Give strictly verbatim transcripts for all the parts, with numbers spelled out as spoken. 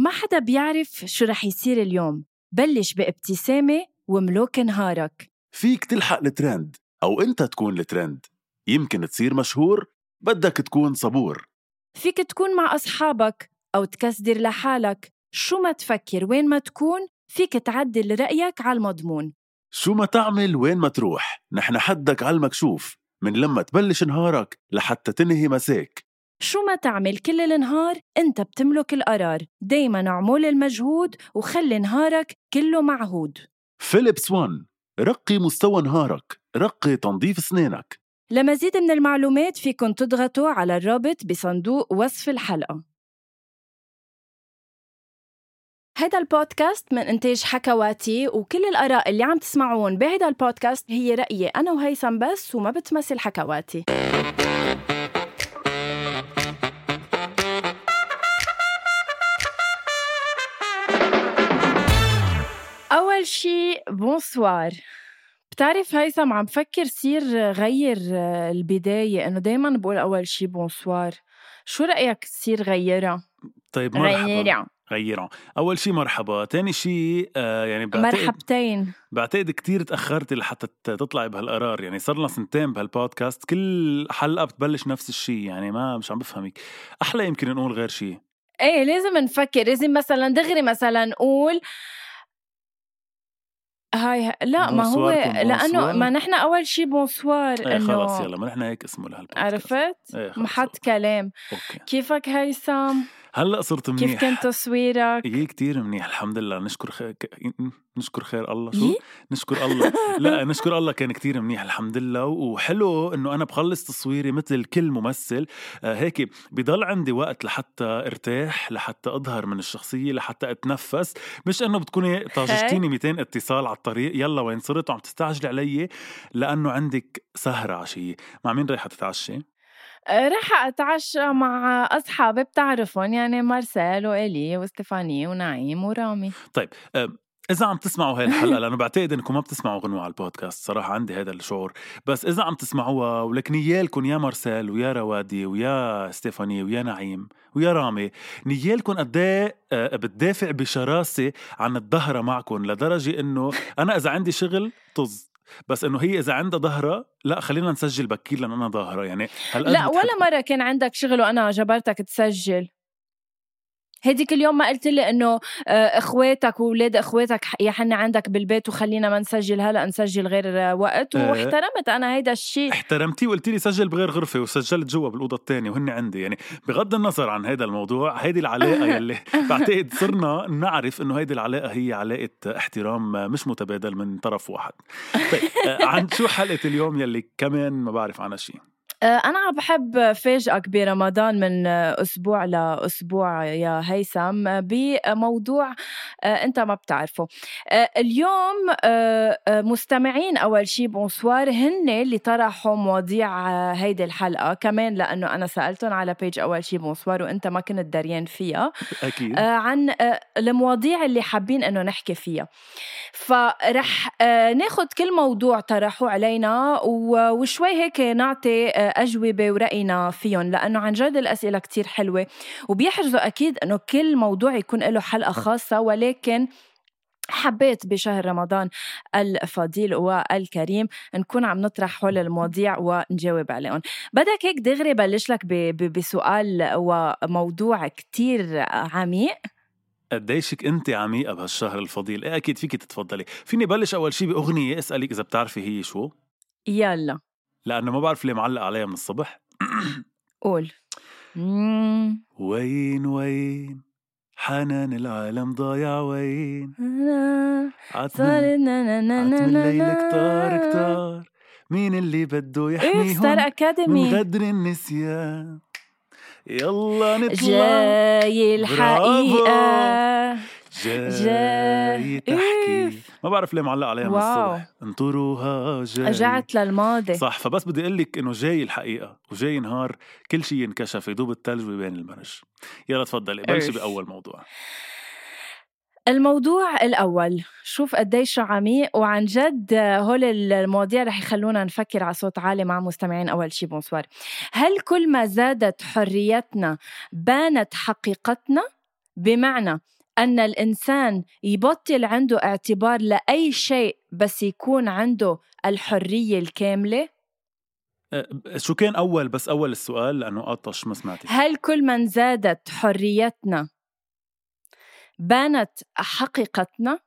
ما حدا بيعرف شو رح يصير اليوم. بلش بابتسامة وملوك نهارك. فيك تلحق الترند أو أنت تكون الترند. يمكن تصير مشهور، بدك تكون صبور. فيك تكون مع أصحابك أو تكسدر لحالك. شو ما تفكر وين ما تكون، فيك تعدل رأيك على المضمون. شو ما تعمل وين ما تروح، نحن حدك على المكشوف. من لما تبلش نهارك لحتى تنهي مساك. شو ما تعمل كل النهار، انت بتملك القرار. دايما اعمل المجهود وخلي نهارك كله معهود. فيليبس وان، رقي مستوى نهارك، رقي تنظيف سنينك. لمزيد من المعلومات فيكن تضغطوا على الرابط بصندوق وصف الحلقة. هيدا البودكاست من إنتاج حكواتي، وكل الآراء اللي عم تسمعون بهيدا البودكاست هي رأيي أنا وهيثم بس، وما بتمثل حكواتي. أول شي بونسوار. بتعرف هيثم، عم فكر سير غير البداية، إنه دايماً بقول أول شي بونسوار. شو رأيك سير غيرها؟ طيب مرحبا. غيرها. غيرها. أول شي مرحبا، تاني شي آه يعني بعتقد مرحبتين. بعتقد كتير تأخرتي لحتى تطلعي بهالقرار. يعني صار لنا سنتين بهالبودكاست، كل حلقة بتبلش نفس الشي. يعني ما مش عم بفهمك. أحلى يمكن نقول غير شي. ايه لازم نفكر، لازم مثلا دغري مثلا نقول هاي. لا ما هو لأنه ما نحن أول شي بونسوار. ايه إنه خلاص يلا، ما نحن هيك اسمه لهالبودكاست. عرفت؟ ايه محط كلام. أوكي. كيفك هيثم؟ هلأ صرت منيح. كيف كان تصويرك؟ إيه كتير منيح الحمد لله. نشكر خير ك... نشكر خير الله. شو؟ نشكر الله. لا نشكر الله، كان كتير منيح الحمد لله. وحلو إنه أنا بخلص تصويري مثل كل ممثل آه هيك بضل عندي وقت لحتى ارتاح، لحتى أظهر من الشخصية، لحتى أتنفس. مش إنه بتكوني طاجشتيني مئتين اتصال على الطريق يلا وين صرت وعم تستعجل علي، لأنه عندك سهرة عشية. مع مين رايحة تتعشي؟ رح أتعشى مع أصحابي بتعرفون، يعني مارسيل وإلي وستيفاني ونعيم ورامي. طيب إذا عم تسمعوا هاي الحلقة، لأنه بعتقد إنكم ما بتسمعوا غنوة على البودكاست، صراحة عندي هذا الشعور، بس إذا عم تسمعوها ولك نيالكم يا مارسيل ويا روادي ويا ستيفاني ويا نعيم ويا رامي، نيالكم قديه بتدافع بشراسة عن الظهر معكم، لدرجة إنه أنا إذا عندي شغل طز، بس إنه هي إذا عندها ظهرة لا خلينا نسجل بكير لأن أنا ظاهرة. يعني لا ولا مرة كان عندك شغل وأنا جبرتك تسجل. هديك اليوم ما قلت لي إنه إخواتك وولاد إخواتك يا حني عندك بالبيت وخلينا ما نسجل، هلأ نسجل غير وقت. واحترمت أنا هيدا الشيء. احترمتي وقلت لي سجل بغير غرفة، وسجلت جوا بالأوضة الثانية وهن عندي. يعني بغض النظر عن هيدا الموضوع، هيدي العلاقة يلي بعتقد صرنا نعرف إنه هيدي العلاقة هي علاقة احترام مش متبادل من طرف واحد. طيب عن شو حلقة اليوم يلي كمان ما بعرف عنها شيء؟ أنا بحب فاجئك برمضان من أسبوع لأسبوع يا هيثم بموضوع أنت ما بتعرفه. اليوم مستمعين أول شي بونسوار هن اللي طرحوا مواضيع هيدي الحلقة كمان، لأنه أنا سألتهم على بيج أول شي بونسوار وأنت ما كنت دريان فيها أكيد. عن المواضيع اللي حابين أنه نحكي فيها. فرح ناخد كل موضوع طرحوا علينا وشوي هيك نعطي أجوبة ورأينا فيهم، لأنه عن جد الأسئلة كتير حلوة وبيحرزوا أكيد أنه كل موضوع يكون له حلقة خاصة، ولكن حبيت بشهر رمضان الفضيل والكريم نكون عم نطرح حول المواضيع ونجاوب عليهم. بدك هيك دغري بلش لك بسؤال وموضوع كتير عميق. قديشك انت عميقة بهالشهر الفضيل؟ ايه اكيد فيك تتفضلي. فيني بلش اول شي بأغنية اسألك اذا بتعرفي هي شو؟ يلا. لأنه ما بعرف ليه معلق عليها من الصبح. قول. وين وين حنان العالم ضايع وين، عتم الليل كتار كتار، مين اللي بده يحميهم من غدر النسيان، يلا نطلع جاي الحقيقة جاي تحكي. ما بعرف ليه معلق عليها من الصبح. انطروها جاي. رجعت للماضي. صح. فبس بدي أقولك إنه جاي الحقيقة وجاي نهار كل شيء ينكشف، يدوب التلج ويبين المرج. يلا تفضلي بلشي بأول موضوع. الموضوع الأول، شوف قديش عميق وعن جد هول المواضيع رح يخلونا نفكر على صوت عالي مع مستمعين. أول شي بونسوار. هل كل ما زادت حريتنا بانت حقيقتنا بمعنى أن الإنسان يبطل عنده اعتبار لأي شيء بس يكون عنده الحرية الكاملة؟ شو كان أول بس أول السؤال لأنه قطش ما سمعتي. هل كل من زادت حريتنا بانت حقيقتنا؟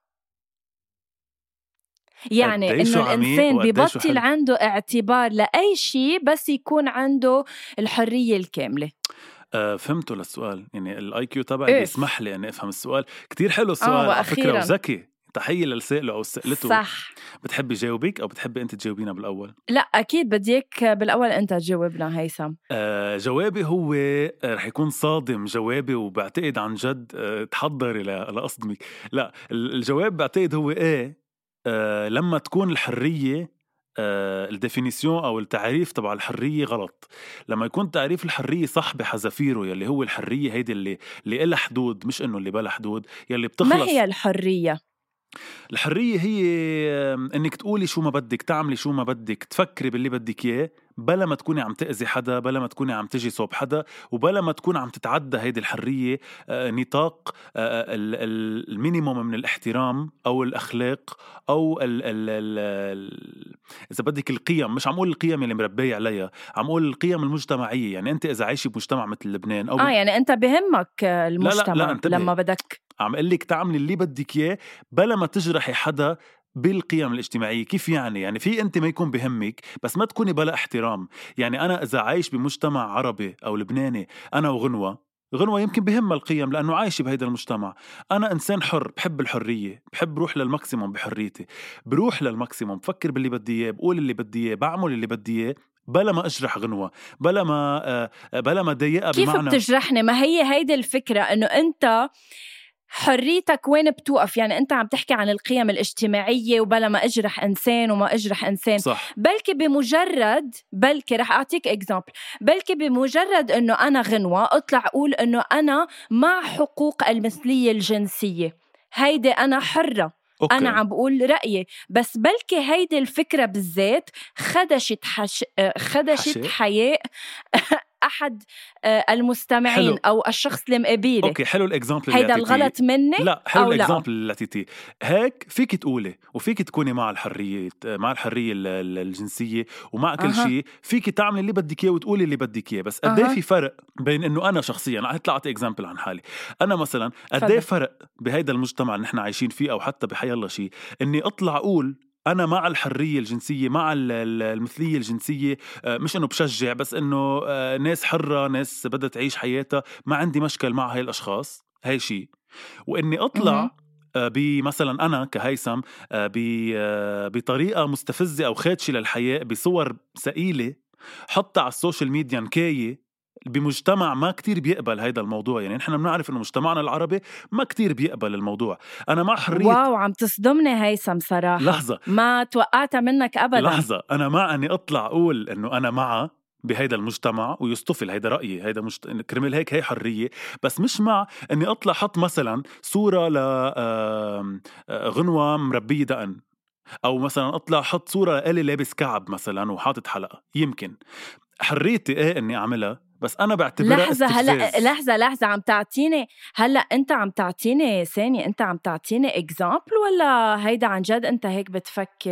يعني إنه الإنسان ببطل عنده اعتبار لأي شيء بس يكون عنده الحرية الكاملة. آه فهمتوا للسؤال، يعني الاي كيو تبعي إيه؟ بيسمح لي اني افهم السؤال. كتير حلو السؤال على فكرة وذكي. تحية للسائله او سألته. صح. بتحبي جاوبك او بتحبي انت تجاوبينا بالاول؟ لا اكيد بديك بالاول انت تجاوبنا هيثم. آه جوابي هو رح يكون صادم جوابي، وبعتقد عن جد آه تحضري لأصدمك. لا الجواب بعتقد هو ايه. آه لما تكون الحرية آه الديفينيسيون أو التعريف تبع الحرية غلط. لما يكون تعريف الحرية صح بحذافيره يلي هو الحرية هيدي اللي اللي إلها حدود، مش إنه اللي بلا حدود يلي بتخلص. ما هي الحرية؟ الحرية هي إنك تقولي شو ما بدك، تعملي شو ما بدك، تفكري باللي بدك إياه بلا ما تكوني عم تأذي حدا، بلا ما تكوني عم تجي صوب حدا، وبلا ما تكون عم تتعدى هيدي الحرية آه نطاق آه المينيموم من الاحترام أو الأخلاق أو ال ال ال إذا بدك القيم. مش عم أقول القيم اللي مربية عليها، عم أقول القيم المجتمعية. يعني أنت إذا عايشي بمجتمع مثل لبنان أو آه يعني أنت بهمك المجتمع. لا لا لا لما بدك عم قلك تعملي اللي بدك إياه بلا ما تجرحي حدا بالقيم الاجتماعية. كيف يعني؟ يعني في أنت ما يكون بهمك بس ما تكوني بلا احترام. يعني أنا إذا عايش بمجتمع عربي أو لبناني، أنا وغنوة غنوة يمكن بهم القيم لأنه عايش بهيدا المجتمع. أنا إنسان حر، بحب الحرية، بحب روح للماكسيموم بحريتي، بروح للماكسيموم، بفكر باللي بدي إياه، بقول اللي بدي إياه، بعمل اللي بدي إياه بلا ما أجرح غنوة، بلا ما بلا ما ضيقها. كيف بمعنى بتجرحني؟ ما هي هيدي الفكرة، إنه أنت حريتك وين بتوقف؟ يعني أنت عم تحكي عن القيم الاجتماعية وبلا ما أجرح إنسان وما أجرح إنسان. صح. بلكي بمجرد بلكي رح أعطيك إكزامبل، بلكي بمجرد أنه أنا غنوة أطلع أقول أنه أنا مع حقوق المثلية الجنسية، هيدي أنا حرة. أوكي. أنا عم بقول رأيي، بس بلكي هيدي الفكرة بالذات خدشت حش... خدشت حياء أحد المستمعين حلو. أو الشخص اللي مقابله. أوكي حلو الإكزامبل. هيدا الغلط مني؟ لا حلو الإكزامبل اللي تيتي. هيك فيك تقولي وفيك تكوني مع الحرية، مع الحرية الجنسية ومع كل أه. شيء. فيك تعملي اللي بدك إياه وتقولي اللي بدك إياه. بس قد ايه أه. في فرق بين إنه أنا شخصيا هطلع أعطي إكزامبل عن حالي. أنا مثلا قد ايه فرق بهيدا المجتمع اللي نحن عايشين فيه أو حتى بحي الله شيء إني أطلع أقول أنا مع الحرية الجنسية، مع المثلية الجنسية، مش إنه بشجع بس إنه ناس حرة، ناس بدها تعيش حياتها، ما عندي مشكل مع هاي الأشخاص، هاي شيء. وإني أطلع بمثلا أنا كهيثم بطريقة مستفزة أو خادشة للحياة بصور سئيلة حطها على السوشيال ميديا نكاية بمجتمع ما كتير بيقبل هيدا الموضوع. يعني نحن بنعرف إنه مجتمعنا العربي ما كتير بيقبل الموضوع. أنا مع حرية. واو عم تصدمني هيثم صراحة. لحظة ما توقعتها منك أبدا. لحظة أنا مع أني أطلع أقول إنه أنا مع بهيدا المجتمع ويصطفل هيدا رأيي، هيدا مجت... كرمال هيك هي حرية. بس مش مع أني أطلع حط مثلا صورة لغنوة مربية دقن، أو مثلا أطلع حط صورة لإلي لابس كعب مثلا وحاطط حلقة. يمكن حريتي إيه إني أعملها، بس أنا بعتبرها لحظة هلا لحظة لحظة عم تعطيني هلا أنت عم تعطيني ثانية أنت عم تعطيني إكزامبل ولا هيدا عن جد أنت هيك بتفكر؟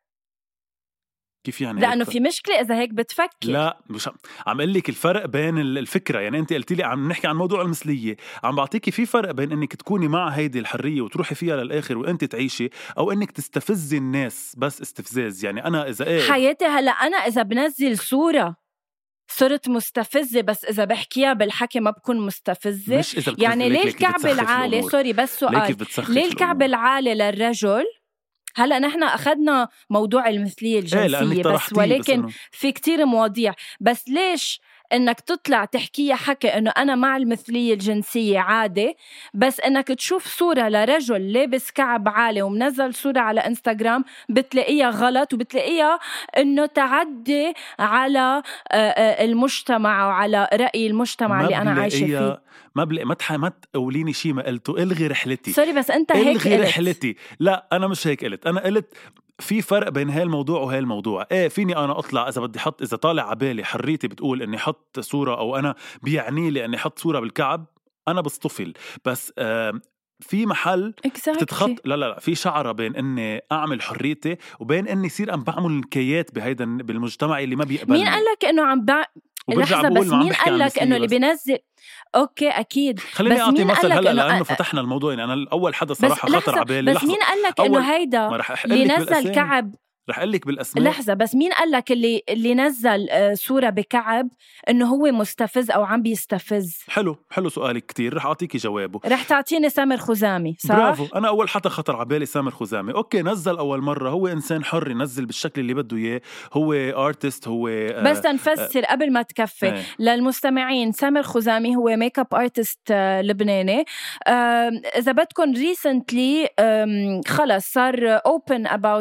كيف يعني؟ لأنه في مشكلة إذا هيك بتفكر. لا مش عم قل لك الفرق بين الفكرة. يعني أنت قلتي لي عم نحكي عن موضوع المثلية، عم بعطيكي في فرق بين إنك تكوني مع هيدي الحرية وتروحي فيها للآخر وأنت تعيشي، أو إنك تستفزي الناس بس استفزاز. يعني أنا إذا إيه حياتي هلا أنا إذا بنزل صورة صرت مستفزة، بس إذا بحكيها بالحكي ما بكون مستفزة. مش إذا يعني ليه الكعب العالي؟ سوري بس سؤال، ليه الكعب العالي للرجل؟ هلأ نحن أخذنا موضوع المثلية الجنسية بس، ولكن بس في كتير مواضيع. بس ليش إنك تطلع تحكيها حكي إنه أنا مع المثلية الجنسية عادي، بس إنك تشوف صورة لرجل لابس كعب عالي ومنزل صورة على إنستغرام بتلاقيها غلط وبتلاقيها إنه تعدي على المجتمع وعلى رأي المجتمع اللي أنا عايشة فيه؟ ما بلاقي ما تح... ما تقوليني شيء ما قلته. الغي رحلتي. سوري بس أنت هيك قلت. الغي رحلتي. لا أنا مش هيك قلت. أنا قلت في فرق بين هاي الموضوع وهاي الموضوع. ايه فيني انا اطلع اذا بدي حط، اذا طالع عبالي حريتي بتقول اني حط صورة، او انا بيعني لي اني حط صورة بالكعب، أنا بصطفل بس آه في محل exactly. تتخط لا لا لا في شعرة بين اني اعمل حريتي وبين اني يصير عم بعمل نكايات بهيدا بالمجتمع اللي ما بيقبلني. مين قال لك انه عم بع... لحظة بس مين قال لك انه اللي بينزل اوكي اكيد خليني اعطي مثل هلا لانه فتحنا الموضوع يعني انا اول حدا صراحة خطر على بالي. بس مين قال لك انه هيدا اللي نزل كعب رح أقول لك بالأسماء. لحظة بس مين قال لك اللي اللي نزل صورة بكعب إنه هو مستفز أو عم بيستفز؟ حلو حلو سؤالك كتير رح أعطيكي جوابه. رح تعطيني سامر خزامي صح؟ برافو. أنا أول حتى خطر عبالي سامر خزامي. أوكي نزل أول مرة هو إنسان حر ينزل بالشكل اللي بده إياه هو آرتست هو آه بس تنفسر آه قبل ما تكفي آه للمستمعين سامر خزامي هو ميك اب آرتست آه لبناني. آه إذا بدكم recently آه خلص صار open about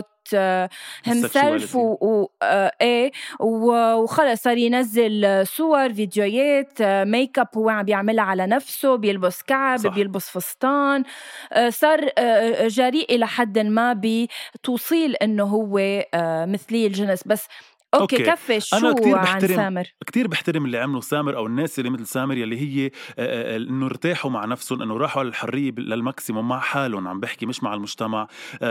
himself و, و... آه ايه وخلص صار ينزل صور فيديوهات ميك اب هو عم بيعملها على نفسه بيلبس كعب صح. بيلبس فستان آه صار آه جريء إلى حد ما بتوصيل انه هو آه مثلي الجنس. بس أوكي, أوكي. كفي شو أنا كتير عن سامر كتير بحترم اللي عمله سامر أو الناس اللي مثل سامر يلي هي إنه ارتاحوا مع نفسهم إنه راحوا على الحرية للماكسيموم مع حالهم عم بحكي مش مع المجتمع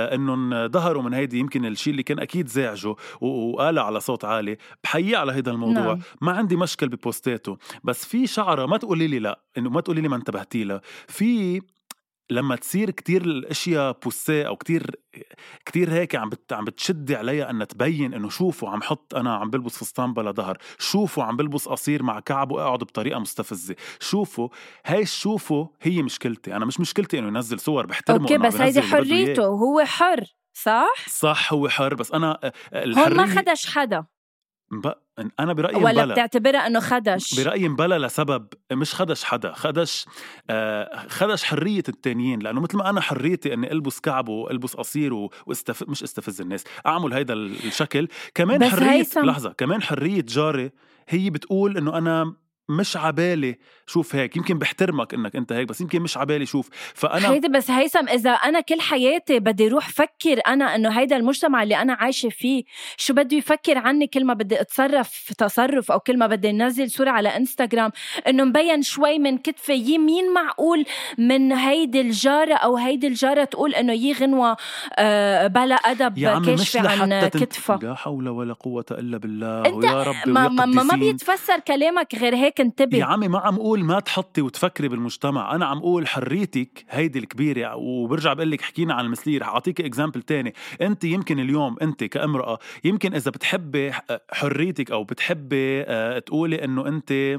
إنه ظهروا من هيدي يمكن الشيء اللي كان أكيد زعجه وقال على صوت عالي بحيي على هيدا الموضوع نعم. ما عندي مشكل ببوستاته بس في شعرة ما تقولي لي لا إنه ما تقولي لي ما انتبهتي لها في لما تصير كتير الاشياء بوسيه او كتير كتير هيك عم بت عم بتشدي عليها ان تبين انه شوفوا عم حط انا عم بلبس فستان بلا ظهر شوفوا عم بلبس قصير مع كعب وقاعد بطريقه مستفزه شوفوا هاي شوفوا هي مشكلتي انا مش مشكلتي انه ينزل صور بحترمه اوكي بس هيدي حريته هو حر صح صح هو حر بس انا هون ما خدش حدا بقى أنا برأيي ولا بتعتبرها أنه خدش برأيي مبلا لسبب مش خدش حدا خدش آه خدش حرية التانيين لأنه مثل ما أنا حريتي أني ألبس كعب وألبس قصير واستف... مش استفز الناس أعمل هيدا الشكل كمان حرية هيثم. لحظة كمان حرية جاري هي بتقول أنه أنا مش عبالي شوف هيك يمكن بحترمك انك انت هيك بس يمكن مش عبالي شوف فانا هيدا بس هيثم اذا انا كل حياتي بدي روح فكر انا انه هيدا المجتمع اللي انا عايشه فيه شو بده يفكر عني كل ما بدي اتصرف تصرف او كل ما بدي انزل صوره على انستغرام انه مبين شوي من كتفي يمين معقول من هيدي الجاره او هيدي الجاره تقول انه يي غنوه آه بلا ادب كاشفه عن كتفها لا حول ولا قوه الا بالله ويا ربي ما, ما, ما بيتفسر كلامك غير هيك انتبه يا عمي ما عم قول ما تحطي وتفكري بالمجتمع أنا عم قول حريتك هيدي الكبيرة وبرجع بقلك حكينا عن المثلية رح أعطيك إكزامبل تاني أنت يمكن اليوم أنت كامرأة يمكن إذا بتحبي حريتك أو بتحبي تقولي أنه أنت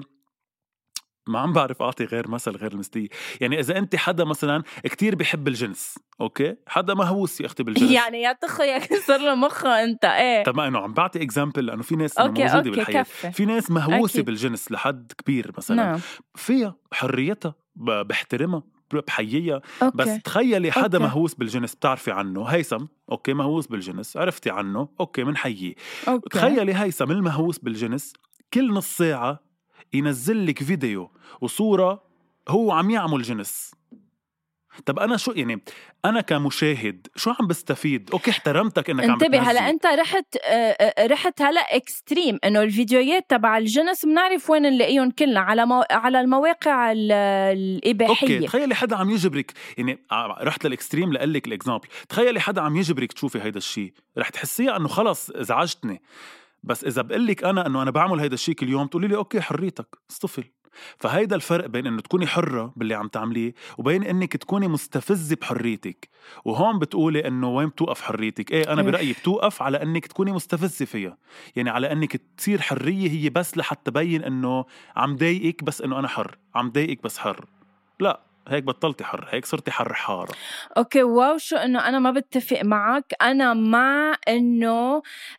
ما عم بعرف أعطي غير مثل غير المثلية يعني إذا أنت حدا مثلا كتير بيحب الجنس أوكي حدا مهووس يا أختي بالجنس يعني يا تخي يا كسر له مخه أنت إيه طب ما إنه عم بعطي إكزامبل لأنه في ناس موجودة بالحياة كفي. في ناس مهووسة أكيد. بالجنس لحد كبير مثلا نعم. فيها حريتها بحترمها بحييها بس تخيلي حدا أوكي. مهووس بالجنس بتعرفي عنه هيثم أوكي مهووس بالجنس عرفتي عنه أوكي منحييه تخيلي هيثم المهووس بالجنس كل نص ساعة ينزل لك فيديو وصورة هو عم يعمل جنس طب أنا شو يعني أنا كمشاهد شو عم بستفيد أوكي احترمتك إنك عم بتنزل انتبه هلأ أنت رحت رحت هلأ إكستريم إنه الفيديوهات تبع الجنس بنعرف وين نلاقيهم كلنا على مو... على المواقع الإباحية أوكي تخيلي حدا عم يجبرك يعني رحت للإكستريم لقلك الإكزامبل تخيلي حدا عم يجبرك تشوفي هيدا الشيء رح تحسيها إنه خلص زعجتني بس إذا بقلك أنا أنه أنا بعمل هيدا الشيء كل يوم تقولي لي أوكي حريتك استفل فهيدا الفرق بين أنه تكوني حرة باللي عم تعمليه وبين أنك تكوني مستفزة بحريتك وهون بتقولي أنه وين بتوقف حريتك إيه أنا برأيي بتوقف على أنك تكوني مستفزة فيها يعني على أنك تصير حرية هي بس لحتى تبين أنه عم ضايقك بس أنه أنا حر عم ضايقك بس حر لا هيك بطلتي حر هيك صرتي حر حارة اوكي واو شو انه انا ما بتفق معك انا مع انه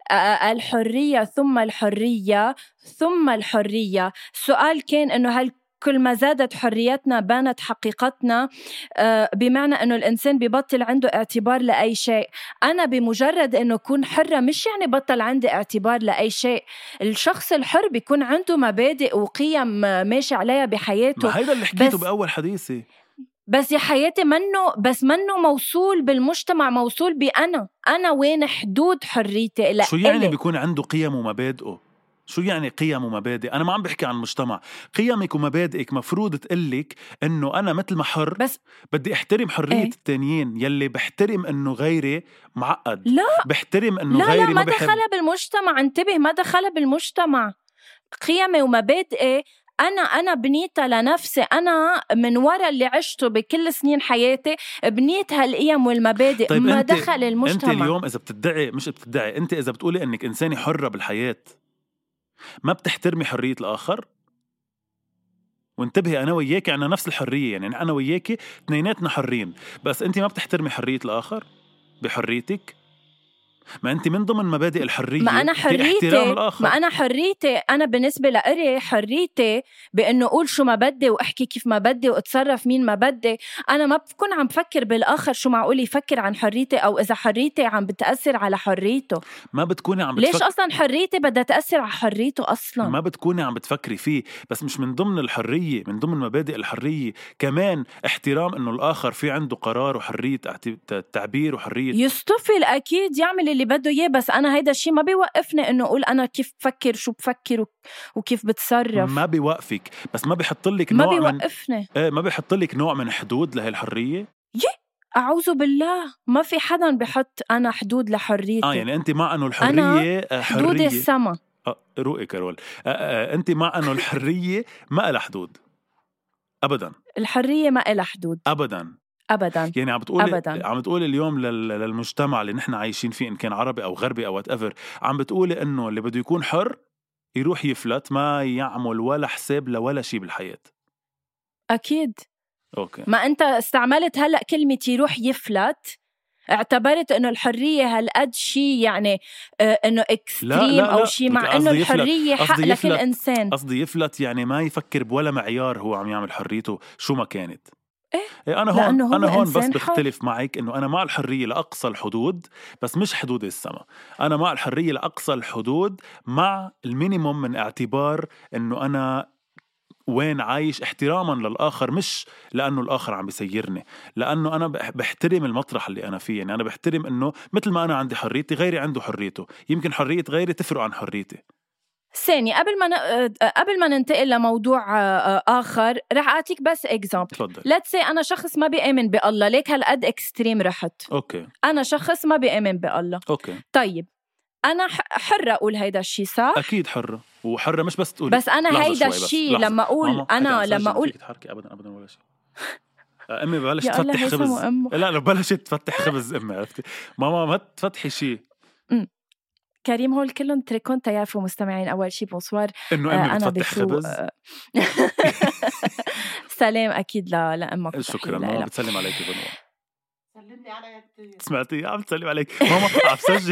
الحرية ثم الحرية ثم الحرية السؤال كان انه هل كل ما زادت حريتنا بانت حقيقتنا بمعنى أنه الإنسان بيبطل عنده اعتبار لأي شيء أنا بمجرد أنه أكون حرة مش يعني بطل عندي اعتبار لأي شيء الشخص الحر بيكون عنده مبادئ وقيم ماشي عليها بحياته ما هيدا اللي حكيته بأول حديثي بس يا حياتي منه بس منه موصول بالمجتمع موصول بأنا أنا وين حدود حريتي شو يعني إلي. بيكون عنده قيم ومبادئه شو يعني قيم ومبادئ؟ أنا ما عم بحكي عن مجتمع. قيمك ومبادئك مفروض تقلك إنه أنا مثل ما حر بس بدي احترم حرية إيه؟ التانيين. يلي بحترم إنه غيري معقد، لا بحترم إنه لا غيري لا ما ما بحب. دخلها بالمجتمع، انتبه، ما دخلها بالمجتمع. قيمي ومبادئي أنا أنا بنيتها لنفسي، أنا من وراء اللي عشته بكل سنين حياتي بنيت هالقيم والمبادئ. طيب ما أنت دخل المجتمع. أنت اليوم إذا بتدعي، مش بتدعي، أنت إذا بتقولي إنك إنسانة حرة بالحياة، ما بتحترمي حرية الآخر؟ وانتبهي، أنا وياكي عنا نفس الحرية، يعني أنا وياكي اثنيناتنا حرين، بس أنت ما بتحترمي حرية الآخر بحريتك. ما أنت من ضمن مبادئ الحرية ما أنا هي حريتي احترام الآخر. ما أنا حريتي أنا بالنسبة لإلي حريتي بأنه أقول شو ما بدي وأحكي كيف ما بدي وأتصرف مين ما بدي. أنا ما بكون عم فكر بالآخر شو معقول يفكر عن حريتي، أو إذا حريتي عم بتأثر على حريته. ما بتكوني عم بتفكر. ليش أصلا حريتي بدها تأثر على حريته أصلا؟ ما بتكوني عم بتفكري فيه. بس مش من ضمن الحرية، من ضمن مبادئ الحرية كمان احترام إنه الآخر في عنده قرار وحرية التعبير وحرية يستفل أكيد يعمل اللي بده إياه، بس أنا هيدا الشيء ما بيوقفني إنه أقول أنا كيف بفكر شو بفكر وكيف بتصرف. ما بيوقفك، بس ما بيحط لك ما نوع بيوقفني من ايه ما بيحط لك نوع من حدود لهي الحرية. يه أعوذ بالله، ما في حدا بحط أنا حدود لحريتي. اه يعني أنت مع إنه الحرية أنا حرية حدود السما. اه روقي كارول. آه آه أنت مع إنه الحرية ما لها حدود أبدا. الحرية ما إلها حدود أبدا أبدا. يعني عم بتقولي أبداً. عم بتقولي اليوم لل... للمجتمع اللي نحن عايشين فيه، إن كان عربي أو غربي أو whatever، عم بتقولي إنه اللي بده يكون حر يروح يفلت، ما يعمل ولا حساب لولا شيء بالحياة. أكيد. أوكي. ما أنت استعملت هلأ كلمة يروح يفلت، اعتبرت إنه الحرية هالقد شيء يعني آه إنه إكستريم أو شيء، مع إنه الحرية حق لكل إنسان. قصدي يفلت يعني ما يفكر بولا معيار هو عم يعمل حريته شو ما كانت. إيه؟ إيه أنا هون أنا هون بس بختلف حر. معك إنه أنا مع الحرية لأقصى الحدود، بس مش حدود السما. أنا مع الحرية لأقصى الحدود مع المينيموم من اعتبار إنه أنا وين عايش احتراما للآخر، مش لأنه الآخر عم بيسيرني، لأنه أنا بحترم المطرح اللي أنا فيه. يعني أنا بحترم إنه مثل ما أنا عندي حريتي غيري عنده حريته، يمكن حرية غيري تفرق عن حريتي. ثاني قبل ما ن... قبل ما ننتقل لموضوع آخر رح أعطيك بس إكزامبل. let's say أنا شخص ما بيؤمن بالله، ليك هالقد إكستريم رحت. أوكي. أنا شخص ما بيؤمن بالله. أوكي. طيب أنا حرة أقول هيدا الشيء صح؟ أكيد حرة، وحرة مش بس تقولي. بس أنا هيدا الشيء لما أقول أنا لما أقول تحركي أبدا أبدا ولا شيء. أمي بلشت تفتح خبز. لا لا بلشت تفتح خبز أمي، عرفتي ماما ما تفتحي شيء. امم كريم هول كلهم تريكون تيعرفوا مستمعين. أول شيء بونسوار إنه أمي آه بتفتح خبز. سلام أكيد لا لأمك. شكرا ماما، بتسلم عليك بنوع. سلمني عليك. سمعتي عم تسلم عليك ماما عم سجل.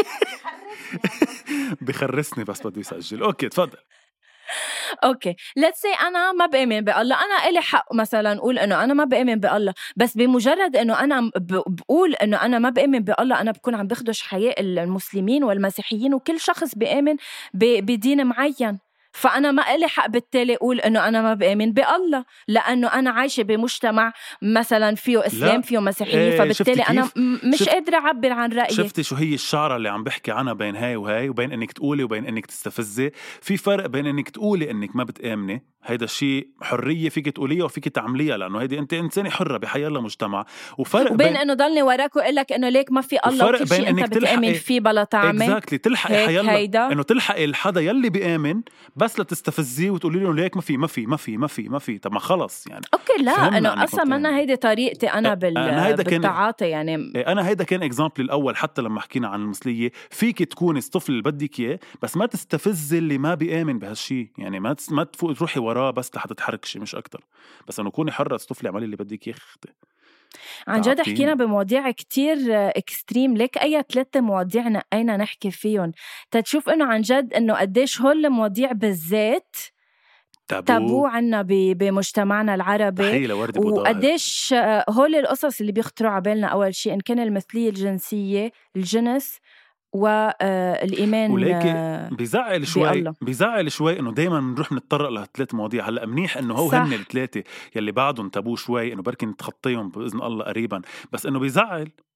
بخرسني بس بده يسجل. أوكي تفضل. اوكي let's say انا ما بآمن بالله، انا إلي حق مثلا اقول انه انا ما بآمن بالله، بس بمجرد انه انا بقول انه انا ما بآمن بالله انا بكون عم بخدش حياة المسلمين والمسيحيين وكل شخص بآمن بدين معين. فأنا ما إلي حق بالتالي أقول إنه أنا ما بآمن بالله، لأنه أنا عايشة بمجتمع مثلا فيه إسلام فيه مسيحية. ايه فبالتالي أنا مش قادرة أعبر عن رأيي. شفتي شو هي الشعرة اللي عم بحكي عنها بين هاي وهاي، وبين إنك تقولي وبين إنك تستفزي؟ في فرق بين إنك تقولي إنك ما بتآمني، هيدا الشيء حرية فيك تقوليها وفيك تعمليها لأنه هيدي أنت إنسانة حرة بحياة الله مجتمع. وفرق وبين بين إنه ضلني وراك وقول لك إنه ليك ما في الله وكل شيء أنت بتآمن فيه بلا تعمل. exactly. تلحقي حيالله إنه تلحقي الحدا يلي بيآمن بس لتستفزيه وتقولي له ليك ما في ما في ما في ما في ما في. طب ما خلص يعني. أوكي لا أنا أصلا ما هيدي طريقتي أنا بال أنا بالتعاطي يعني. أنا هيدا كان إكزامبل الأول. حتى لما حكينا عن المثلية فيك تكوني الطفل اللي بدك إياه، بس ما تستفزي اللي ما بيآمن بهالشي. يعني ما ما تفوق تروحي وراه بس لحتى تحرك شيء مش أكتر، بس أنه كوني حرة طفلي اعملي اللي بدك إياه. عن جد حكينا بمواضيع كتير اكستريم. ليك أي ثلاثة مواضيع نقينا نحكي فيهم تتشوف إنه عن جد إنه قديش هول المواضيع بالذات تابو, تابو عنا بمجتمعنا العربي، وقديش هول القصص اللي بيخطروا عبالنا. أول شيء إن كان المثلية الجنسية، الجنس والإيمان. ولكن بيزعل شوي بيزعل شوي إنه دايما بنروح نتطرق لهالثلاث مواضيع. هلأ منيح إنه هو هن الثلاثة يلي بعدهم تابو شوي، إنه بركي نتخطيهم بإذن الله قريبا، بس إنه بيزعل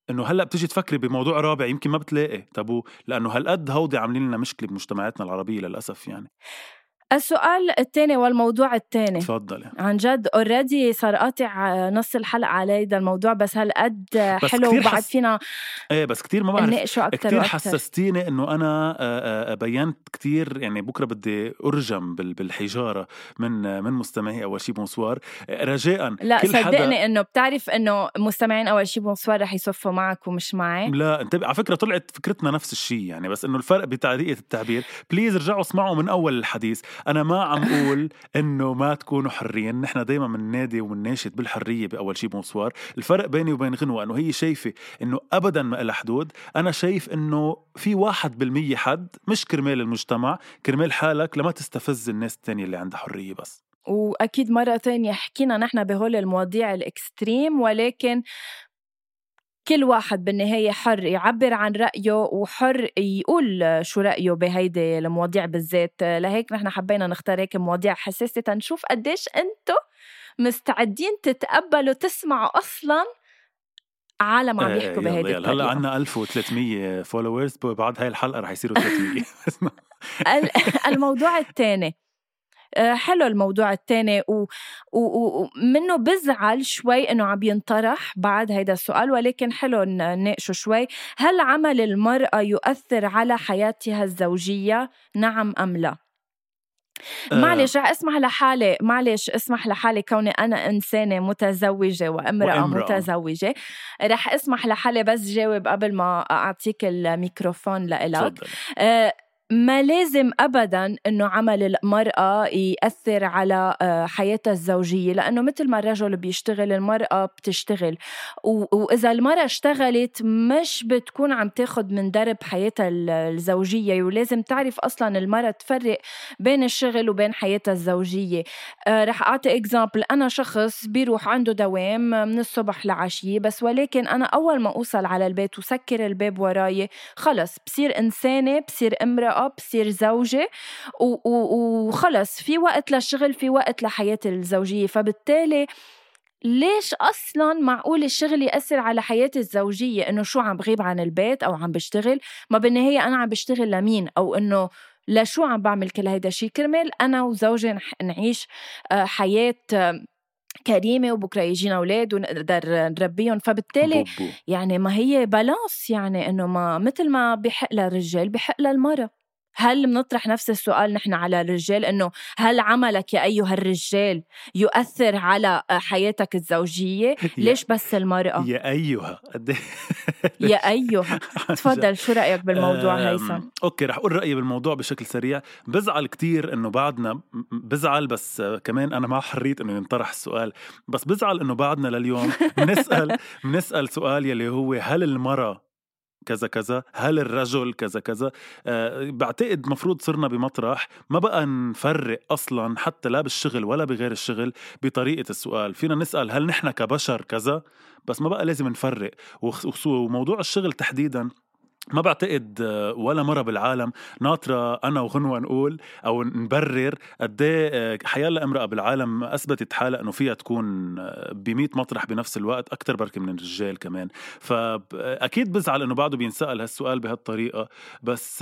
انه هلا بتيجي تفكري بموضوع رابع يمكن ما بتلاقي تابو، لانه هالقد هودي عاملين لنا مشكله بمجتمعاتنا العربيه للاسف. يعني السؤال الثاني والموضوع الثاني، تفضل. يعني. عن جد اوريدي صار قاطع نص الحلقه على هذا الموضوع، بس هالقد حلو وبعد حس... فينا ايه بس كتير ما بعرف كتير حسستيني انه انا بينت كتير. يعني بكره بدي ارجم بالحجاره من من مستمعي اول شي بونسوار رجاء. لا كل صدقني حدا... انه بتعرف انه مستمعين اول شي بونسوار رح يصفوا معك ومش معي. لا انت على فكره طلعت فكرتنا نفس الشيء يعني، بس انه الفرق بطريقه التعبير. بليز رجعوا اسمعوا من اول الحديث. انا ما عم اقول انه ما تكونوا حرين، نحن دايما من نادي ومنناشد بالحريه باول شي بونسوار. الفرق بيني وبين غنوه انه هي شايفه انه ابدا ما لها حدود، انا شايف انه في واحد بالمية حد، مش كرمال المجتمع، كرمال حالك لما تستفز الناس التانية اللي عندها حريه بس. واكيد مره ثانيه حكينا نحن بهول المواضيع الاكستريم، ولكن كل واحد بالنهاية حر يعبر عن رأيه وحر يقول شو رأيه بهيدي المواضيع بالذات. لهيك نحن حبينا نختار هيك مواضيع حساسة تنشوف قديش أنتو مستعدين تتقبلوا تسمعوا أصلاً عالم عم يحكوا بهيدي الطريقة. هلا عنا ألف وثلاثمية فولوورز، بعد هاي الحلقة رح يصيروا ثلاثمية. الموضوع الثاني حلو، الموضوع الثاني ومنه بزعل شوي انه عم ينطرح بعد هيدا السؤال، ولكن حلو نناقشه شوي. هل عمل المرأة يؤثر على حياتها الزوجية؟ نعم أم لا؟ أه معلش رح اسمح لحالي معلش اسمح لحالي كوني أنا إنسانة متزوجة وامرأة, وإمرأة. متزوجة، رح اسمح لحالي بس جاوب قبل ما أعطيك الميكروفون لإلك. أه ما لازم أبداً إنه عمل المرأة يأثر على حياتها الزوجية، لأنه مثل ما الرجل بيشتغل المرأة بتشتغل، وإذا المرأة اشتغلت مش بتكون عم تاخد من درب حياتها الزوجية، ولازم تعرف أصلاً المرأة تفرق بين الشغل وبين حياتها الزوجية. رح أعطي إكزامبل، أنا شخص بيروح عنده دوام من الصبح لعشية، بس ولكن أنا أول ما أوصل على البيت وسكر الباب وراي خلص بصير إنسانة، بصير امرأة، بصير زوجة، وخلص في وقت للشغل، في وقت لحياتي الزوجية. فبالتالي ليش أصلاً معقول الشغل يأثر على حياتي الزوجية؟ إنه شو عم بغيب عن البيت أو عم بشتغل؟ ما بالنهاية أنا عم بشتغل لمين؟ أو إنه لشو عم بعمل كل هيدا الشي؟ كرمال أنا وزوجي نعيش حياة كريمة، وبكرة يجينا أولاد ونقدر نربيهم. فبالتالي بوبو. يعني ما هي بالانس، يعني إنه ما مثل ما بحق للرجال بحق للمرأة. هل منطرح نفس السؤال نحن على الرجال، إنه هل عملك يا أيها الرجال يؤثر على حياتك الزوجية؟ ليش بس المرأة؟ يا أيها يا أيها. تفضل، شو رأيك بالموضوع هيثم؟ أوكي، رح أقول رأيي بالموضوع بشكل سريع. بزعل كتير إنه بعدنا بزعل، بس كمان أنا ما حريت إنه ينطرح السؤال، بس بزعل إنه بعدنا لليوم بنسأل بنسأل سؤال يلي هو هل المرأة كذا كذا، هل الرجل كذا كذا. أه بعتقد مفروض صرنا بمطرح ما بقى نفرق أصلا حتى لا بالشغل ولا بغير الشغل بطريقة السؤال. فينا نسأل هل نحن كبشر كذا، بس ما بقى لازم نفرق. وموضوع الشغل تحديدا ما بعتقد ولا مرة بالعالم ناطرة أنا وغنوة نقول أو نبرر قديه حياة امرأة بالعالم أثبتت حالة أنه فيها تكون بميت مطرح بنفس الوقت، أكتر بركة من الرجال كمان. فأكيد بزعل أنه بعده بينسأل هالسؤال بهالطريقة، بس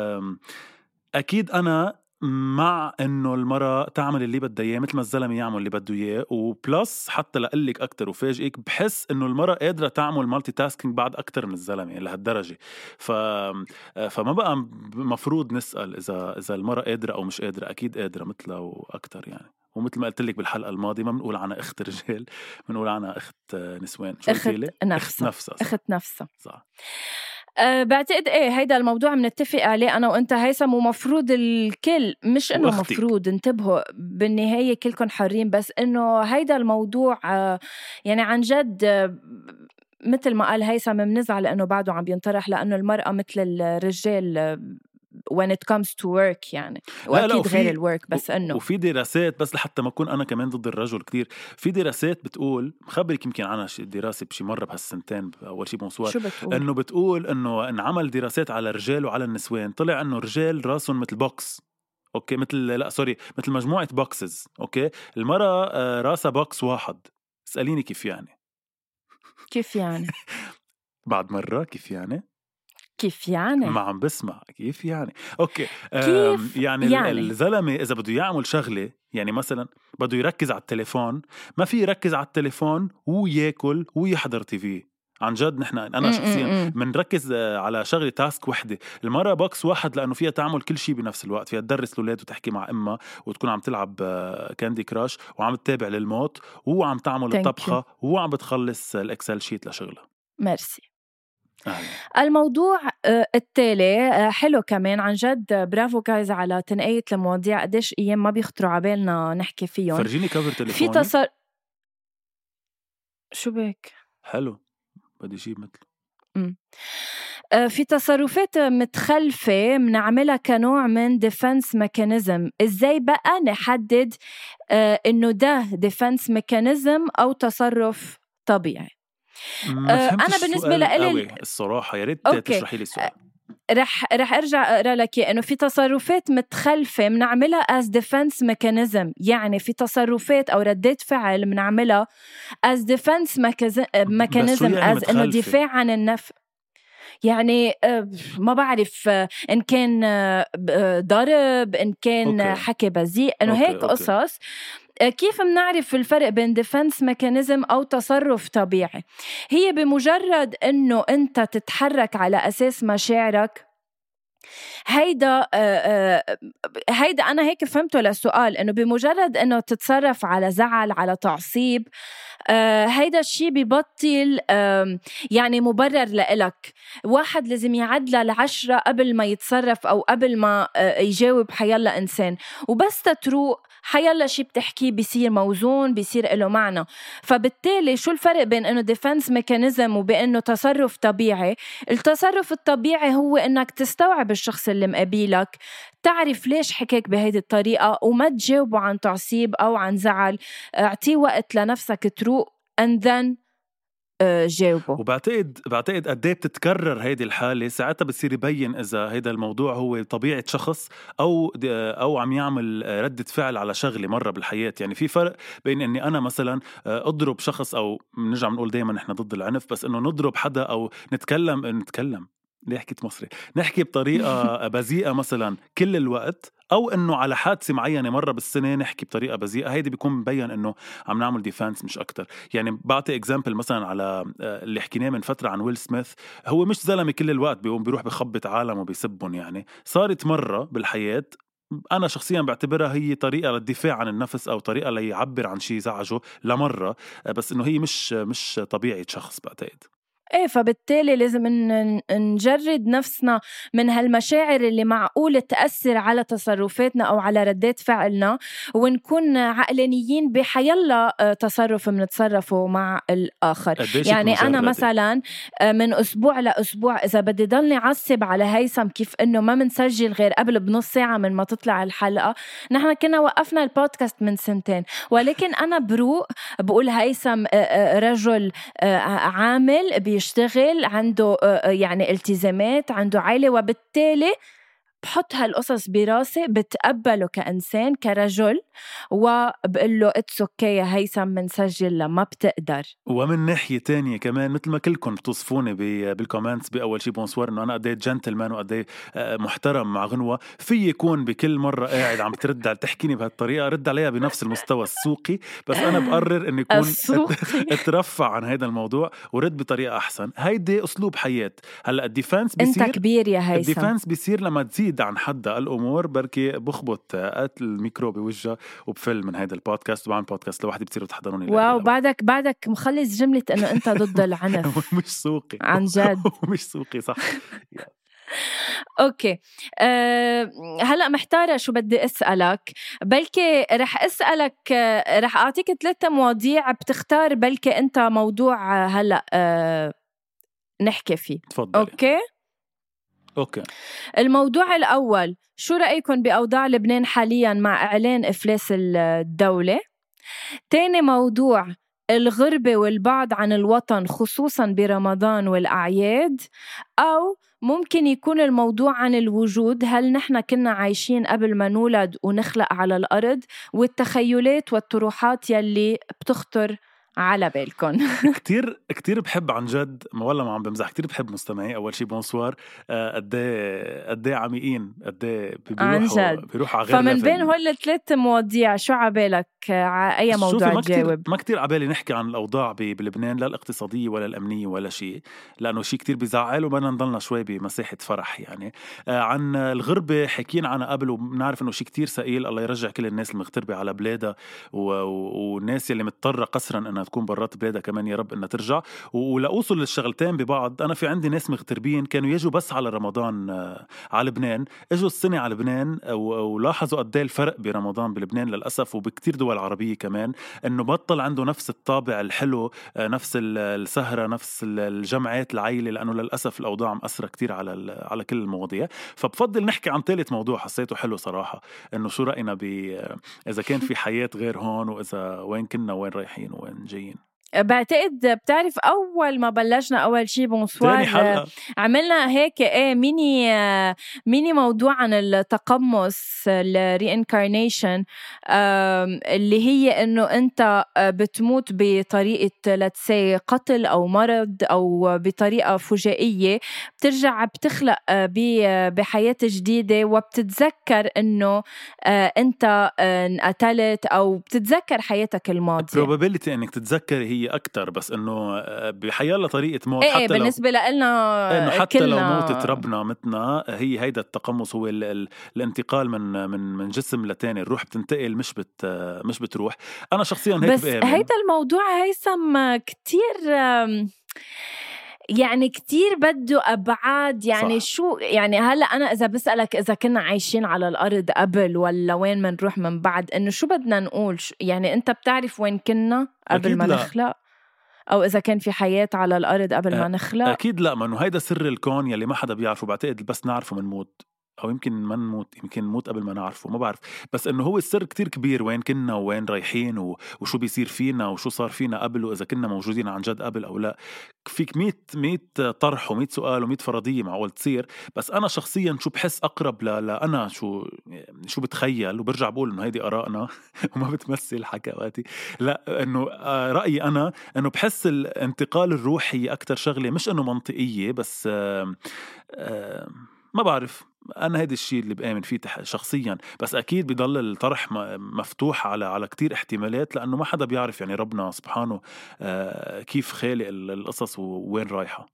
أكيد أنا مع انه المرأة تعمل اللي بدها اياه مثل ما الزلمه يعمل اللي بده اياه. وبلس حتى لقلك اكتر وفاجئك، بحس انه المرأة قادرة تعمل مالتي تاسكينج بعد اكتر من الزلمه لهالدرجه. ف فما بقى مفروض نسأل اذا اذا المرأة قادرة او مش قادرة. اكيد قادرة مثلها واكتر يعني. ومثل ما قلت لك بالحلقه الماضيه، ما بنقول عنها اخت رجال، بنقول عنها اخت نسوان. شو اخت نفسها. اخت نفسها اخت نفسها صح. أه بعتقد ايه هيدا الموضوع منتفق عليه انا وانت هيثم، ومفروض الكل، مش انه وأختك. مفروض، انتبهوا بالنهاية كلكم حرين، بس انه هيدا الموضوع أه يعني عن جد أه مثل ما قال هيثم منزعل لانه بعده عم بينطرح، لانه المرأة مثل الرجال أه when it comes to work يعني. واكيد غير الورك، بس انه وفي دراسات، بس لحتى ما اكون انا كمان ضد الرجل كتير، في دراسات بتقول، مخبرك يمكن عنها شي دراسه بشي مره بهالسنتين اول شي بونسوار، بتقول؟ انه بتقول انه انعمل دراسات على الرجال وعلى النسوان، طلع انه الرجال راسهم مثل بوكس، اوكي، مثل لا سوري مثل مجموعه بوكسز، اوكي. المراه راسها بوكس واحد. اساليني كيف يعني؟ كيف يعني؟ بعد مرة كيف يعني؟ كيف يعني؟ ما عم بسمع كيف يعني. أوكي. كيف يعني, يعني؟ الزلمة إذا بده يعمل شغلة، يعني مثلا بده يركز على التليفون، ما في يركز على التليفون وياكل ويحضر تي في. عن جد نحن أنا شخصيا منركز على شغلة تاسك وحدة. المرة بوكس واحد لأنه فيها تعمل كل شيء بنفس الوقت، فيها تدرس الأولاد وتحكي مع أمها وتكون عم تلعب كاندي كراش وعم تتابع للموت وعم تعمل الطبخة وعم بتخلص الإكسل شيت لشغلها. ميرسي. أهلا. الموضوع التالي حلو كمان عن جد، برافو جايز على تنقية المواضيع، قديش أيام ما بيخطروا عبالنا نحكي فيهم. فرجيني كفر تليفوني. في تصر شو بك؟ حلو، بدي أجيب مثله. مم. في تصرفات متخلفة منعملها كنوع من defense mechanism. إزاي بقى نحدد إنه ده defense mechanism أو تصرف طبيعي؟ ما فهمتش أنا بالنسبة لي الصراحة، يا ريت تشرحي لي السؤال. رح رح ارجع اقرا لك انه في تصرفات متخلفه بنعملها as defense mechanism، يعني في تصرفات او ردات فعل بنعملها as defense mechanism يعني as انه دفاع عن النفس. يعني ما بعرف ان كان ضرب، ان كان أوكي. حكي بذيء، انه هيك أوكي. قصص. كيف منعرف الفرق بين ديفنس ميكانيزم أو تصرف طبيعي؟ هي بمجرد أنه أنت تتحرك على أساس مشاعرك. هيدا هيدا أنا هيك فهمته للسؤال، أنه بمجرد أنه تتصرف على زعل، على تعصيب، هيدا الشيء ببطل يعني مبرر لإلك. واحد لازم يعدل العشرة قبل ما يتصرف أو قبل ما يجاوب حيالله إنسان، وبس تتروق حيالله شي بتحكيه بيصير موزون، بيصير له معنى. فبالتالي شو الفرق بين إنه ديفنس ميكانيزم وبإنه تصرف طبيعي؟ التصرف الطبيعي هو إنك تستوعب الشخص اللي مقابلك، تعرف ليش حكيك بهيدي الطريقة وما تجاوبه عن تعصيب أو عن زعل. اعطيه وقت لنفسك تروق and then جاوبه. وبعتقد بعتقد قد ايه بتتكرر هيدي الحاله، ساعتها بتصير يبين اذا هيدا الموضوع هو طبيعه شخص او او عم يعمل رده فعل على شغله مره بالحياه. يعني في فرق بين اني انا مثلا اضرب شخص، او نرجع بنقول دائما نحن ضد العنف، بس انه نضرب حدا او نتكلم نتكلم ليه حكيت مصري نحكي بطريقه بذيئه مثلا كل الوقت، او انه على حادثه معينه مره بالسنه نحكي بطريقه بذيئه. هيدي بيكون مبين انه عم نعمل ديفنس مش اكتر. يعني بعطي اكزامبل مثلا على اللي حكيناه من فتره عن ويل سميث. هو مش زلمه كل الوقت بيقوم بيروح بخبط عالم وبيسبهم، يعني صارت مره بالحياه أنا شخصياً بعتبرها هي طريقة للدفاع عن النفس أو طريقة ليعبر عن شيء زعجه لمرة، بس إنه هي مش مش طبيعة شخص بعتقد. ايه، فبالتالي لازم نجرد نفسنا من هالمشاعر اللي معقولة تأثر على تصرفاتنا أو على ردات فعلنا، ونكون عقلانيين بحيالله تصرف منتصرفه مع الآخر. يعني أنا مثلا من أسبوع لأسبوع إذا بدي ضلني عصب على هيثم كيف إنه ما منسجل غير قبل بنص ساعة من ما تطلع الحلقة، نحن كنا وقفنا البودكاست من سنتين، ولكن أنا بروق بقول هيثم رجل عامل بيشتغل، عنده يعني التزامات، عنده عائلة، وبالتالي بحط هالقصص براسي، بتقبله كإنسان كرجل، وبقول له اتس اوكي يا هيثم منسجل لما بتقدر. ومن ناحية تانية كمان مثل ما كلكم بتوصفوني بالكومنتس بأول شي بونسوار إنه أنا قدي جنتلمان وقدي محترم مع غنوة، في يكون بكل مرة قاعد عم ترد على تحكيني بهالطريقة رد عليها بنفس المستوى السوقي، بس أنا بقرر إني يكون اترفع عن هذا الموضوع ورد بطريقة أحسن. هيدي أسلوب حياة. هلا الديفنس بيصير أنت كبير يا هيثم، الديفنس بيصير لما تزيد عن حدها الأمور، بركي بخبط قتل الميكرو بوجهه وبفل من هيدا البودكاست وبعمل بودكاست لوحدي بتصيروا تحضروني. واو، بعدك بعدك مخلص جملة إنه أنت ضد العنف. مش سوقي عن جد. مش سوقي صح. أوكي. أه هلأ محتارة شو بدي أسألك. بلكي رح أسألك، رح أعطيك ثلاثة مواضيع بتختار بلكي أنت موضوع هلأ أه نحكي فيه. تفضلي. أوكي أوكي. الموضوع الأول، شو رأيكم بأوضاع لبنان حالياً مع إعلان إفلاس الدولة؟ تاني موضوع، الغربة والبعد عن الوطن خصوصاً برمضان والأعياد، أو ممكن يكون الموضوع عن الوجود، هل نحن كنا عايشين قبل ما نولد ونخلق على الأرض، والتخيلات والطروحات يلي بتخطر على بالكم. كتير كتير بحب عن جد، والله ما عم بمزح، كتير بحب مستمعي. أول شي بونسوار، قديه قديه عميقين، قديه بيروحوا بيروحوا على غير فمن ليفل. بين هول الثلاث مواضيع شو عبالك على أي موضوع ما تجاوب؟ كتير ما كتير عبالي نحكي عن الأوضاع بلبنان، لا الاقتصادية ولا الأمنية ولا شيء، لأنه شيء كتير بيزعل وبدنا نضلنا شوي بمساحة فرح يعني. آه عن الغربة حكينا عنها قبل، وبنعرف إنه شيء كتير ثقيل. الله يرجع كل الناس المغتربة على بلادها، والناس اللي مضطرة قسرا إنها تكون برات بلادها كمان، يا رب إنها ترجع. ولأوصل للشغلتين ببعض، أنا في عندي ناس مغتربين كانوا يجوا بس على رمضان آه على لبنان، اجوا السنة على لبنان ولاحظوا قد ايه الفرق برمضان بلبنان للأسف، وبكتير دول عربية كمان، إنه بطل عنده نفس الطابع الحلو، نفس السهرة، نفس الجمعات العائلة، لأنه للأسف الأوضاع مأثرة كتير على على كل المواضيع. فبفضل نحكي عن ثالث موضوع حسيته حلو صراحة، إنه شو رأينا ب إذا كان في حياة غير هون، وإذا وين كنا وين رايحين وين جايين. بعتقد بتعرف أول ما بلشنا أول شي بونسوار عملنا هيك إيه ميني ميني موضوع عن التقمص، الرينكارنيشن، اللي هي إنه أنت بتموت بطريقة لتسي قتل أو مرض أو بطريقة فجائية، بترجع بتخلق بحياة جديدة، وبتتذكر إنه أنت انقتلت، أو بتتذكر حياتك الماضية. probability إنك تتذكر هي أكتر، بس إنه بحيالة طريقة موت. إيه حتى بالنسبة لو لنا إنه حتى لو موتت ربنا متنا، هي هيدا التقمص، هو ال ال الانتقال من من من جسم لتاني. الروح بتنتقل، مش بت مش بتروح. أنا شخصيا هيك بس بآمن. هيدا الموضوع هيثم كتير يعني كتير بده أبعاد يعني. صح. شو يعني هلأ أنا إذا بسألك إذا كنا عايشين على الأرض قبل ولا وين منروح من بعد، إنه شو بدنا نقول؟ يعني أنت بتعرف وين كنا قبل ما لا. نخلق، أو إذا كان في حياة على الأرض قبل ما نخلق؟ أكيد لا، ما إنه هيدا سر الكون يلي ما حدا بيعرفه. بعتقد بس نعرفه من موت، أو يمكن ما نموت، يمكن نموت قبل ما نعرفه، ما بعرف. بس إنه هو السر كتير كبير، وين كنا وين رايحين، وشو بيصير فينا وشو صار فينا قبل، وإذا كنا موجودين عن جد قبل أو لا. فيك ميت ميت طرح وميت سؤال وميت فرضية معقول تصير. بس أنا شخصيا شو بحس أقرب ل أنا شو شو بتخيل، وبرجع بقول إنه هيدي آرائنا وما بتمثل حكاواتي، لا، إنه رأيي أنا إنه بحس الانتقال الروحي أكتر شغلة، مش إنه منطقية، بس آآ آآ ما بعرف. أنا هيدا الشيء اللي بآمن فيه شخصيا. بس أكيد بيضل الطرح مفتوح على على كتير احتمالات، لأنه ما حدا بيعرف يعني ربنا سبحانه كيف خالق القصص ووين رايحة.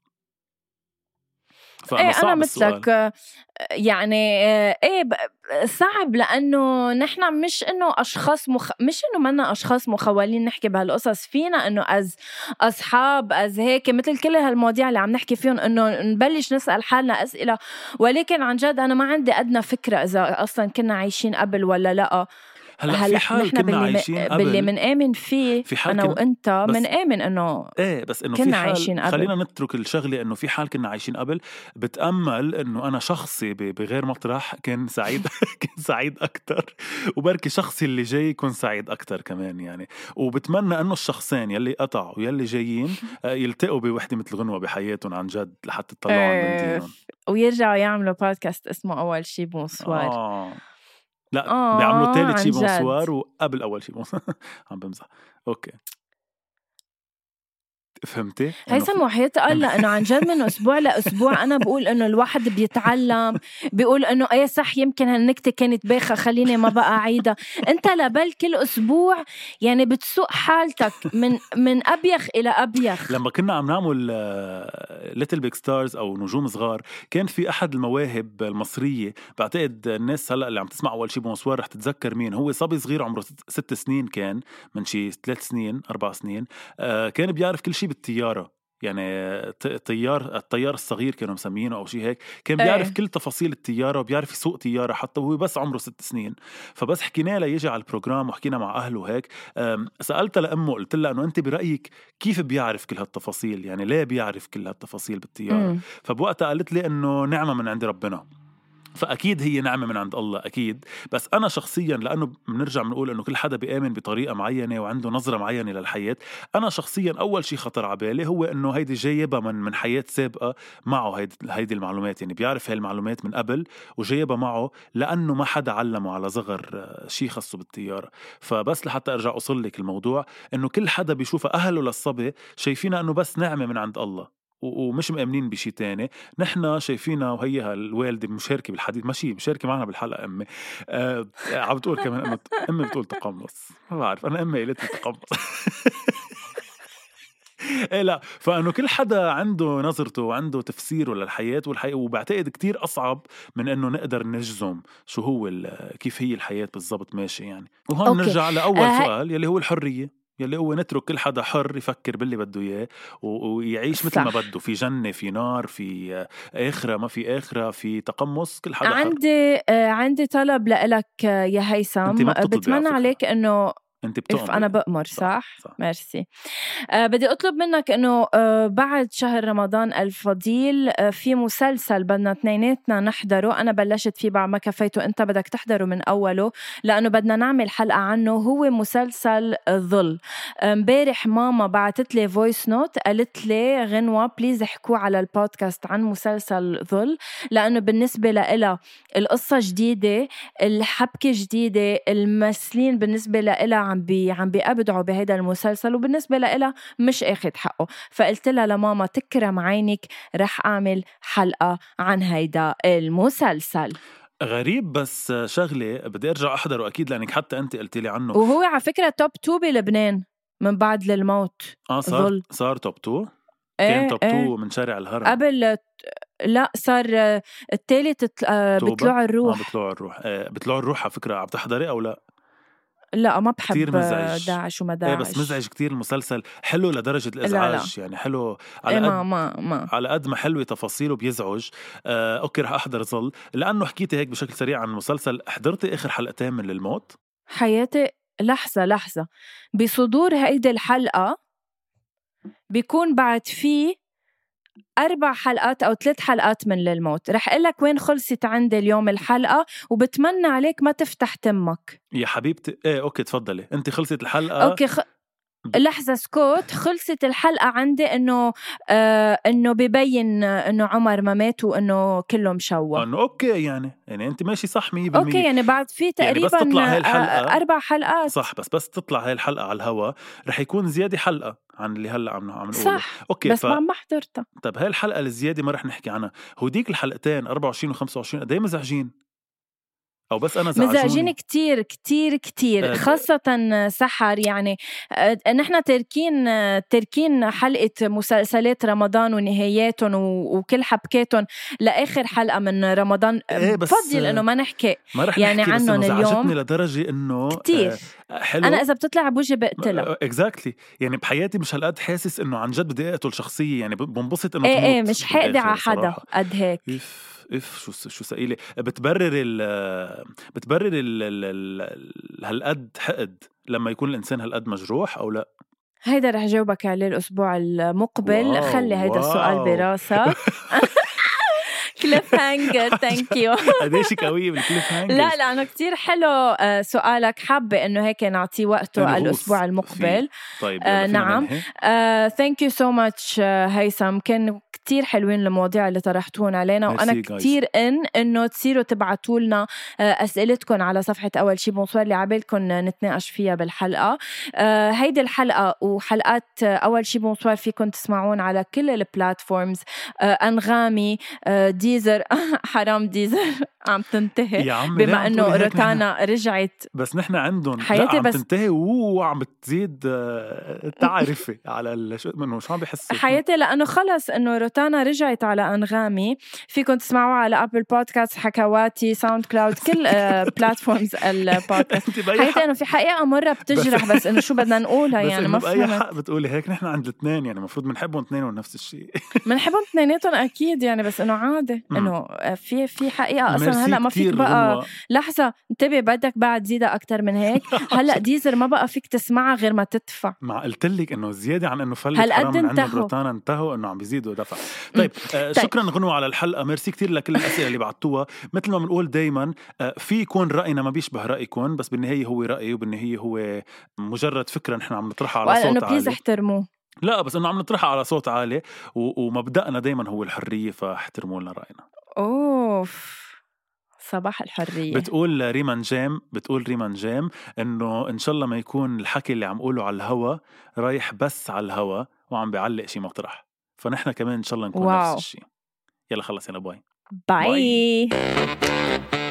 ايه انا مثلك يعني ايه صعب، لانه نحن مش انه اشخاص مخ... مش انه منا اشخاص مخولين نحكي بهالقصص. فينا انه از اصحاب از هيك مثل كل هالمواضيع اللي عم نحكي فيهم، انه نبلش نسال حالنا اسئله. ولكن عن جد انا ما عندي ادنى فكره اذا اصلا كنا عايشين قبل ولا لا. هلا في حال كنا عايشين قبل، باللي منآمن فيه أنا وأنت منآمن إنه إيه، بس إنه في حال خلينا نترك الشغلة إنه في حال كنا عايشين قبل. بتأمل إنه أنا شخصي بغير مطرح كان سعيد كان سعيد أكتر، وبركي شخصي اللي جاي يكون سعيد أكتر كمان يعني. وبتمنى إنه الشخصين يلي قطعوا يلي جايين يلتقوا بوحدة مثل غنوة بحياتهم عن جد، لحتى تطلعوا عن بنتينهم ويرجعوا يعملوا بودكاست اسمه أول شي بونسوار. آه. لا آه بيعملوا تالت شي بونسوار وقبل أول شي بونسوار. عم بمزح. أوكي فهمتي؟ هيثم وحياة الله إنه عن جد من أسبوع لأسبوع أنا بقول إنه الواحد بيتعلم، بيقول إنه أي صح يمكن هالنكتة كانت بايخة خليني ما بقى أعيدها. أنت لبل كل أسبوع يعني بتسوق حالتك من من أبيخ إلى أبيخ. لما كنا عم نعمل ليتل بيج ستارز أو نجوم صغار، كان في أحد المواهب المصرية، بعتقد الناس هلأ اللي عم تسمع أول شي بونسوار رح تتذكر مين هو. صبي صغير عمره ست سنين، كان من شي ثلاث سنين أربع سنين، آه كان بيعرف كل شي بالطيارة. يعني طيار الطيار الصغير كانوا مسمينه أو شيء هيك. كان بيعرف ايه. كل تفاصيل الطيارة، وبيعرف يسوق طيارة حتى وهو بس عمره ست سنين. فبس حكينا له يجي على البروجرام وحكينا مع أهله هيك، سألت لأمه قلت لها أنه أنت برأيك كيف بيعرف كل هالتفاصيل؟ يعني ليه بيعرف كل هالتفاصيل بالطيارة؟ م. فبوقتها قالت لي أنه نعمة من عند ربنا، فأكيد هي نعمة من عند الله أكيد. بس أنا شخصيا لأنه بنرجع بنقول أنه كل حدا بيآمن بطريقة معينة وعنده نظرة معينة للحياة، أنا شخصيا أول شيء خطر على بالي هو أنه هيدي جايبة من من حياة سابقة معه هيدي, هيدي المعلومات، يعني بيعرف هاي المعلومات من قبل وجايبة معه لأنه ما حدا علمه على صغر شيء خاصه بالطيارة. فبس لحتى أرجع أوصل لك الموضوع أنه كل حدا بيشوف أهله للصبي شايفينها أنه بس نعمة من عند الله ومش مأمنين بشي تاني. نحنا شايفينها وهيها الوالدة مشاركة بالحديث، ماشي مشاركة معنا بالحلقة أمي آه عم بتقول كمان أمي, أمي بتقول تقمص، ما بعرف أنا أمي قلت تقمص إيه لا، فأنه كل حدا عنده نظرته وعنده تفسيره للحياة والحياة، وبعتقد كتير أصعب من أنه نقدر نجزم شو هو كيف هي الحياة بالضبط ماشي يعني. وهون أوكي. نرجع لأول آه سؤال يلي هو الحرية، يلي هو نترك كل حدا حر يفكر باللي بده إياه ويعيش مثل ما بده، في جنة في نار في آخرة ما في آخرة في تقمص، كل حدا عندي حر. آه عندي طلب لإلك يا هيثم، بتمنى عليك إنه انت بتؤمر انا بأمر صح, صح, صح. ميرسي. أه بدي اطلب منك انه أه بعد شهر رمضان الفضيل أه في مسلسل بدنا اثنيناتنا نحضره، انا بلشت فيه بعد ما كفيته، انت بدك تحضره من اوله لانه بدنا نعمل حلقة عنه. هو مسلسل ظل. امبارح ماما بعتت لي فويس نوت قالت لي غنوة بليز احكوا على البودكاست عن مسلسل ظل، لانه بالنسبة لها القصة جديدة، الحبكة جديدة، الممثلين بالنسبة لها عم بي عم بيأبدعوا بهذا المسلسل، وبالنسبة لها مش أخذ حقه. فقلت لها لماما تكرم عينك رح أعمل حلقة عن هيدا المسلسل. غريب بس شغلة بدي أرجع أحضره أكيد لأنك حتى أنت قلت لي عنه، وهو على فكرة توب تو بلبنان من بعد للموت. آه صار ظل. صار توب تو كان ايه توب تو ايه من شارع الهرم قبل، لا صار الثالث بطلوع الروح. آه بطلوع الروح آه بطلوع الروح. على فكرة عم تحضري أو لا؟ لا ما بحب داعش وما داعش. ايه بس مزعج كتير المسلسل، حلو لدرجة الإزعاج. لا لا. يعني حلو على إيه قد ما ما ما. على قد ما حلوة تفاصيله بيزعج. آه أوكي رح أحضر ظل. لأنه حكيتي هيك بشكل سريع عن المسلسل، حضرتي آخر حلقتين من للموت؟ حياتي لحظة لحظة بصدور هيدي الحلقة بيكون بعد فيه أربع حلقات أو ثلاث حلقات من للموت. رح أقولك وين خلصت عندي اليوم الحلقة، وبتمنى عليك ما تفتح تمك يا حبيبتي. إيه أوكي تفضلي أنت. خلصت الحلقة؟ أوكي خ... لحظة سكوت. خلصت الحلقة عندي إنه آه إنه ببين إنه عمر ما مات وإنه كله مشوه. إنه أوكي يعني يعني أنت ماشي صح مية بالمية. أوكي يعني بعد في تقريبا يعني بس تطلع هاي الحلقة أربع حلقات صح. بس بس تطلع هاي الحلقة على الهوا رح يكون زيادة حلقة عن اللي هلأ عم نقوله. صح أوكي بس ف... ما ما حضرتها. طب هاي الحلقة الزيادة ما رح نحكي عنها. هو ديك الحلقتين أربعة وعشرين وخمسة وعشرين قديه مزعجين أو بس أنا زعجوني؟ مزعجين كتير كتير كتير آه خاصة سحر. يعني آه نحن تركين آه تركين حلقة مسلسلات رمضان ونهاياتهم وكل حبكاتهم لآخر حلقة من رمضان. إيه بفضل إنه ما نحكي ما رح يعني نحكي عنهم اليوم. زعجتني لدرجة إنه كتير آه حلو. أنا إذا بتطلع بوجه بقتلها. exactly. يعني بحياتي مش هالقد حاسس إنه عن جد بدي أقتل شخصية، يعني بنبسط إنه إيه إيه مش حقدي على حدا قد هيك. اف شو شو سئيله. بتبرر ال بتبرر ال ال هالقد حقد لما يكون الانسان هالقد مجروح او لا؟ هيدا رح جاوبك عليه الاسبوع المقبل. واو خلي هيدا واو. السؤال براسك. كليف هانجر. ثانك يو. قديش قويه بالكليف هانجر. لا لا انا كتير حلو سؤالك، حابه انه هيك نعطيه وقته الاسبوع المقبل. طيب آه نعم. ثانك يو سو ماتش هيثم، كان كتير حلوين المواضيع اللي طرحتون علينا، وانا كتير ان انه تصيروا تبعتوا لنا اسئلتكم على صفحه اول شي بونسوار اللي عبالكم نتناقش فيها بالحلقه. آه هيدي الحلقه وحلقات اول شي بونسوار فيكم تسمعون على كل البلاتفورمز. آه انغامي، آه ديزر حرام ديزر عم تنتهي بما انه روتانا رجعت، بس نحن عندهم حياتي عم بس تنتهي وعم بتزيد تعرفي على شو منه شو عم بحسوا حياتي، لانه خلص انه روتانا رجعت على انغامي. فيكم تسمعوها على ابل بودكاست، حكواتي، ساوند كلاود، كل بلاتفورمز البودكاست. حياتي انه في حقيقه مره بتجرح بس انه شو بدنا نقولها يعني ما فهمت. بأي حق بتقولي هيك؟ نحن عند الاثنين يعني المفروض بنحبهم اثنين ونفس الشيء. بنحبهم اثنيناتهم اكيد يعني، بس انه عادي انه في في حقيقه اصلا ميرسي هلا ما فيك كتير بقى غنوة. لحظه انتبه بدك بعد زياده اكتر من هيك. هلا ديزر ما بقى فيك تسمعها غير ما تدفع. مع قلت لك انه زياده عن انه فلت هالقد حرام من عندهم انتهوا. روتانا انتهوا انه عم بيزيدوا دفع. طيب, آه طيب. شكرا غنوة على الحلقه. ميرسي كتير لكل الاسئله اللي بعتوها. مثل ما بنقول دايما آه في يكون راينا ما بيشبه رايكم، بس بالنهايه هو رايي وبالنهايه هو مجرد فكره نحن عم نطرحها على صوت انه بليز عالي. احترموه. لا بس انه عم نطرحها على صوت عالي و- ومبدأنا دايما هو الحريه، فاحترموا لنا راينا. اوف صباح الحريه. بتقول ريمان جيم بتقول ريمان جيم انه ان شاء الله ما يكون الحكي اللي عم قوله على الهوا رايح بس على الهوا وعم بيعلق شي مطرح، فنحن كمان ان شاء الله نكون واو. نفس الشيء. يلا خلص، يلا باي باي, باي.